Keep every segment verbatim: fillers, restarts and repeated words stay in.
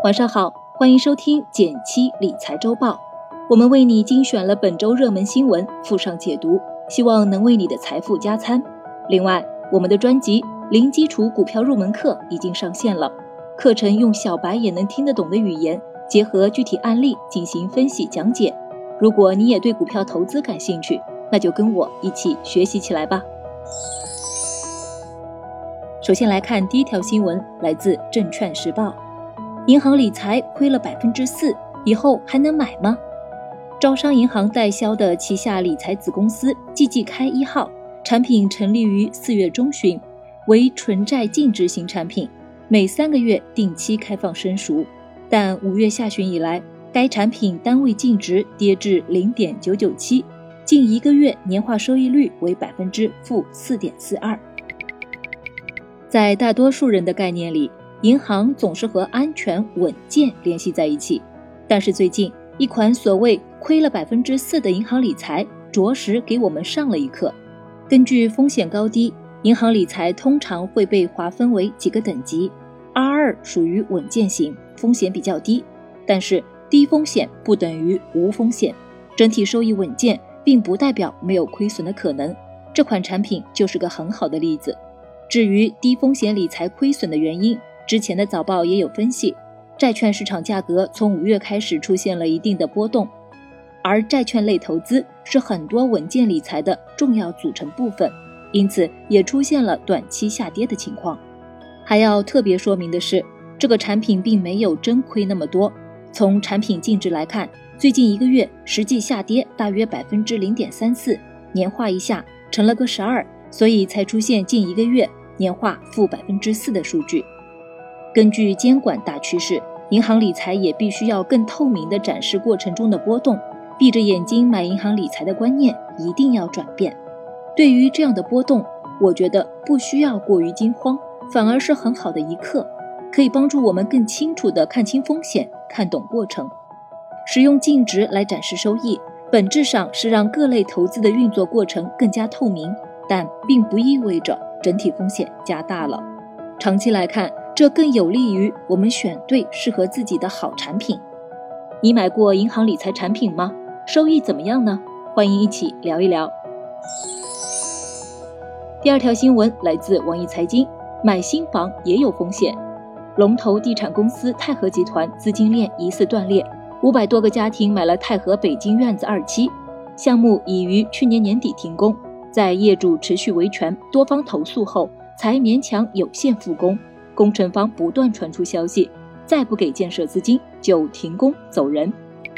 晚上好，欢迎收听减七理财周报。我们为你精选了本周热门新闻，附上解读，希望能为你的财富加餐。另外，我们的专辑零基础股票入门课已经上线了，课程用小白也能听得懂的语言，结合具体案例进行分析讲解。如果你也对股票投资感兴趣，那就跟我一起学习起来吧。首先来看第一条新闻，来自证券时报。银行理财亏了百分之四，以后还能买吗？招商银行代销的旗下理财子公司季季开一号产品成立于四月中旬，为纯债净值型产品，每三个月定期开放申赎。但五月下旬以来，该产品单位净值跌至 零点九九七， 近一个月年化收益率为百分之负四点四二。在大多数人的概念里，银行总是和安全稳健联系在一起，但是最近一款所谓亏了百分之四的银行理财，着实给我们上了一课。根据风险高低，银行理财通常会被划分为几个等级。 R 二 属于稳健型，风险比较低，但是低风险不等于无风险，整体收益稳健并不代表没有亏损的可能，这款产品就是个很好的例子。至于低风险理财亏损的原因，之前的早报也有分析，债券市场价格从五月开始出现了一定的波动，而债券类投资是很多稳健理财的重要组成部分，因此也出现了短期下跌的情况。还要特别说明的是，这个产品并没有真亏那么多，从产品净值来看，最近一个月实际下跌大约 百分之零点三四， 年化一下成了个十二，所以才出现近一个月年化负 百分之四 的数据。根据监管大趋势，银行理财也必须要更透明地展示过程中的波动，闭着眼睛买银行理财的观念一定要转变。对于这样的波动，我觉得不需要过于惊慌，反而是很好的一课，可以帮助我们更清楚地看清风险，看懂过程。使用净值来展示收益，本质上是让各类投资的运作过程更加透明，但并不意味着整体风险加大了。长期来看，这更有利于我们选对适合自己的好产品。你买过银行理财产品吗？收益怎么样呢？欢迎一起聊一聊。第二条新闻来自网易财经，买新房也有风险。龙头地产公司泰禾集团资金链疑似断裂，五百多个家庭买了泰禾北京院子二期，项目已于去年年底停工，在业主持续维权、多方投诉后，才勉强有限复工。工程方不断传出消息，再不给建设资金就停工走人。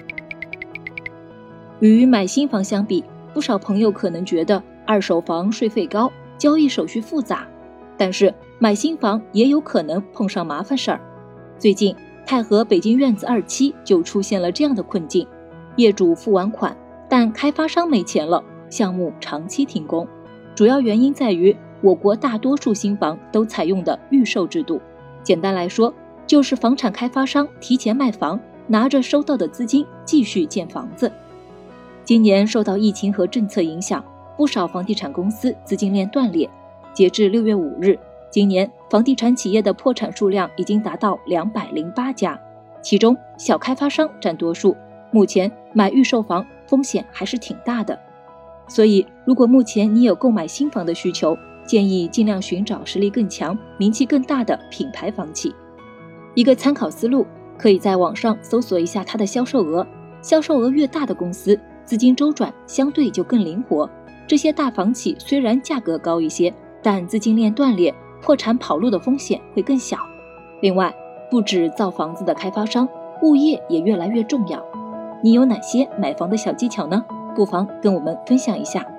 与买新房相比，不少朋友可能觉得二手房税费高，交易手续复杂，但是买新房也有可能碰上麻烦事儿。最近泰禾北京院子二期就出现了这样的困境，业主付完款，但开发商没钱了，项目长期停工。主要原因在于我国大多数新房都采用的预售制度，简单来说，就是房产开发商提前卖房，拿着收到的资金继续建房子。今年受到疫情和政策影响，不少房地产公司资金链断裂。截至六月五日，今年房地产企业的破产数量已经达到两百零八家，其中小开发商占多数。目前买预售房风险还是挺大的，所以如果目前你有购买新房的需求，建议尽量寻找实力更强、名气更大的品牌房企。一个参考思路，可以在网上搜索一下它的销售额，销售额越大的公司，资金周转相对就更灵活。这些大房企虽然价格高一些，但资金链断裂、破产跑路的风险会更小。另外，不止造房子的开发商，物业也越来越重要。你有哪些买房的小技巧呢？不妨跟我们分享一下。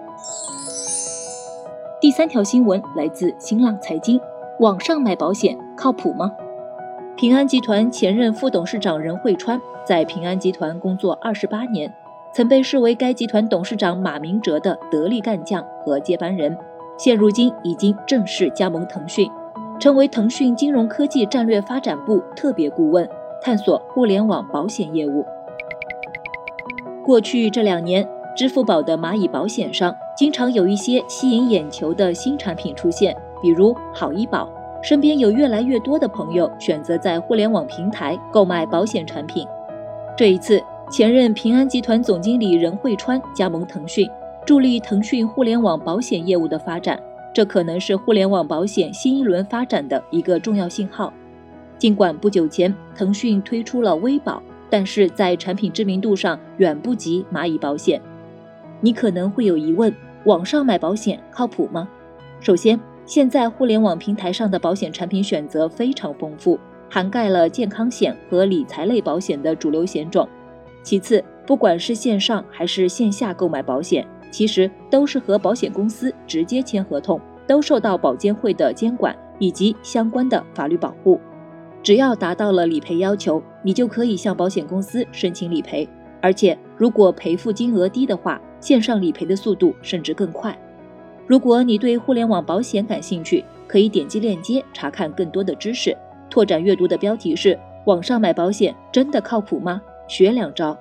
第三条新闻来自新浪财经，网上买保险靠谱吗？平安集团前任副董事长任慧川在平安集团工作二十八年，曾被视为该集团董事长马明哲的得力干将和接班人，现如今已经正式加盟腾讯，成为腾讯金融科技战略发展部特别顾问，探索互联网保险业务。过去这两年，支付宝的蚂蚁保险上经常有一些吸引眼球的新产品出现，比如好医保， 身边有越来越多的朋友选择在互联网平台购买保险产品。这一次，前任平安集团总经理任慧川加盟腾讯，助力腾讯互联网保险业务的发展，这可能是互联网保险新一轮发展的一个重要信号。尽管不久前腾讯推出了微保，但是在产品知名度上远不及蚂蚁保险。你可能会有疑问，网上买保险靠谱吗？首先，现在互联网平台上的保险产品选择非常丰富，涵盖了健康险和理财类保险的主流险种。其次，不管是线上还是线下购买保险，其实都是和保险公司直接签合同，都受到保监会的监管以及相关的法律保护。只要达到了理赔要求，你就可以向保险公司申请理赔，而且如果赔付金额低的话，线上理赔的速度甚至更快。如果你对互联网保险感兴趣，可以点击链接查看更多的知识。拓展阅读的标题是：网上买保险真的靠谱吗？学两招。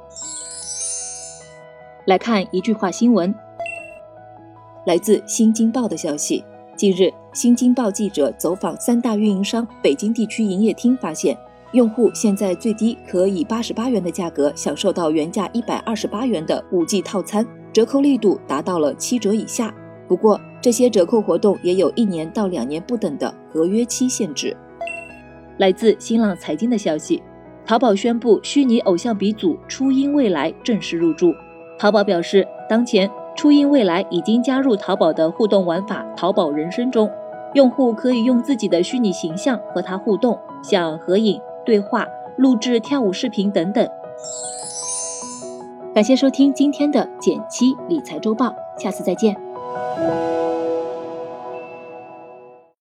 来看一句话新闻，来自新京报的消息。近日，新京报记者走访三大运营商北京地区营业厅，发现用户现在最低可以八十八元的价格享受到原价一百二十八元的 五 G 套餐，折扣力度达到了七折以下。不过，这些折扣活动也有一年到两年不等的合约期限制。来自新浪财经的消息，淘宝宣布虚拟偶像鼻祖初音未来正式入驻。淘宝表示，当前初音未来已经加入淘宝的互动玩法淘宝人生中，用户可以用自己的虚拟形象和它互动，像合影、对话、录制跳舞视频等等。感谢收听今天的减七理财周报，下次再见。